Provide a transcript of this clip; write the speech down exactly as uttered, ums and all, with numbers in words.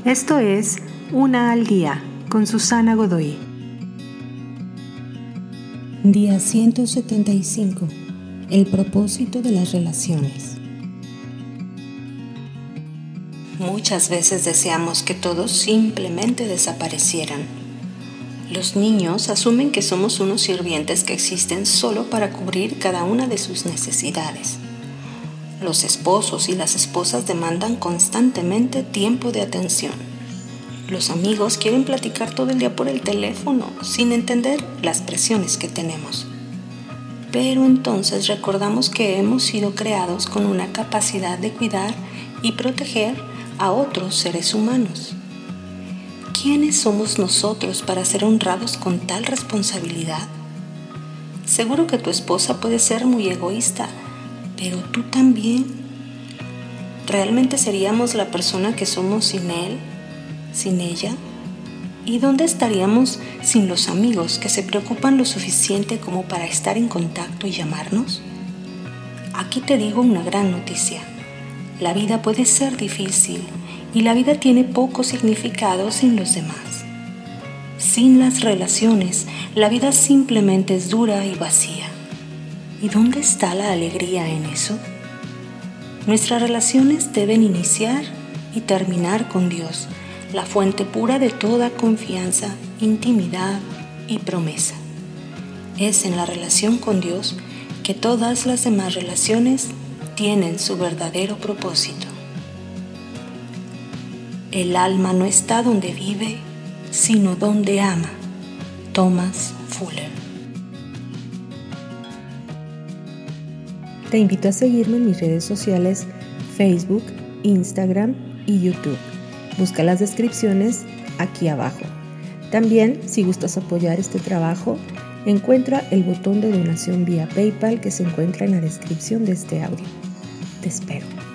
Esto es Una al Día con Susana Godoy. Día ciento setenta y cinco. El propósito de las relaciones. Muchas veces deseamos que todos simplemente desaparecieran. Los niños asumen que somos unos sirvientes que existen solo para cubrir cada una de sus necesidades. Los esposos y las esposas demandan constantemente tiempo de atención. Los amigos quieren platicar todo el día por el teléfono, sin entender las presiones que tenemos. Pero entonces recordamos que hemos sido creados con una capacidad de cuidar y proteger a otros seres humanos. ¿Quiénes somos nosotros para ser honrados con tal responsabilidad? Seguro que tu esposa puede ser muy egoísta, pero tú también. ¿Realmente seríamos la persona que somos sin él, sin ella? ¿Y dónde estaríamos sin los amigos que se preocupan lo suficiente como para estar en contacto y llamarnos? Aquí te digo una gran noticia. La vida puede ser difícil y la vida tiene poco significado sin los demás. Sin las relaciones, la vida simplemente es dura y vacía. ¿Y dónde está la alegría en eso? Nuestras relaciones deben iniciar y terminar con Dios, la fuente pura de toda confianza, intimidad y promesa. Es en la relación con Dios que todas las demás relaciones tienen su verdadero propósito. El alma no está donde vive, sino donde ama. Thomas Fuller. Te invito a seguirme en mis redes sociales Facebook, Instagram y YouTube. Busca las descripciones aquí abajo. También, si gustas apoyar este trabajo, encuentra el botón de donación vía PayPal que se encuentra en la descripción de este audio. Te espero.